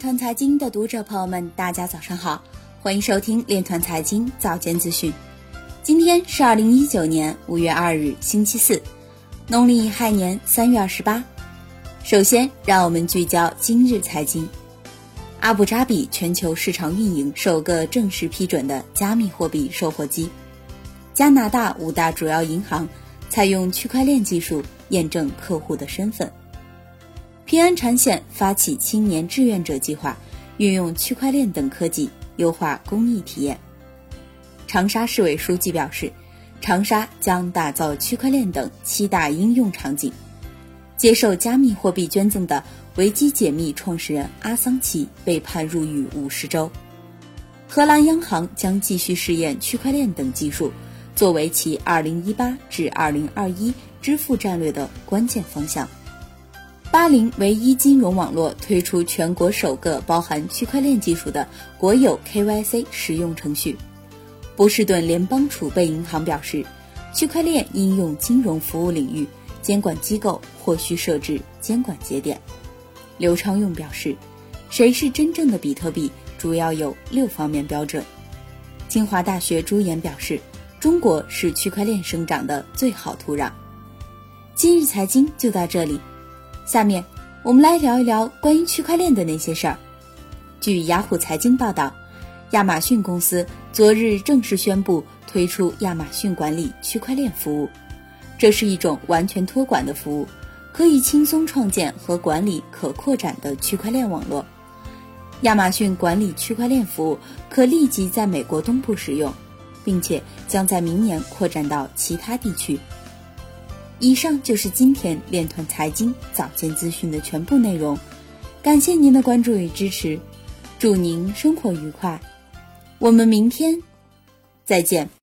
团财经的读者朋友们，大家早上好，欢迎收听链团财经早间资讯。今天是2019年5月2日星期四，农历亥年3月28。首先让我们聚焦今日财经。阿布扎比全球市场运营首个正式批准的加密货币售货机。加拿大5大主要银行采用区块链技术验证客户的身份。平安产险发起青年志愿者计划，运用区块链等科技优化公益体验。长沙市委书记表示，长沙将打造区块链等7大应用场景。接受加密货币捐赠的维基解密创始人阿桑奇被判入狱50周。荷兰央行将继续试验区块链等技术，作为其2018至2021支付战略的关键方向。80唯一金融网络推出全国首个包含区块链技术的国有 KYC 实用程序。波士顿联邦储备银行表示，区块链应用金融服务领域，监管机构或需设置监管节点。刘昌用表示，谁是真正的比特币主要有6方面标准。清华大学朱岩表示，中国是区块链生长的最好土壤。今日财经就到这里，下面我们来聊一聊关于区块链的那些事儿。据雅虎财经报道，亚马逊公司昨日正式宣布推出亚马逊管理区块链服务。这是一种完全托管的服务，可以轻松创建和管理可扩展的区块链网络。亚马逊管理区块链服务可立即在美国东部使用，并且将在明年扩展到其他地区。以上就是今天链团财经早间资讯的全部内容，感谢您的关注与支持，祝您生活愉快，我们明天再见。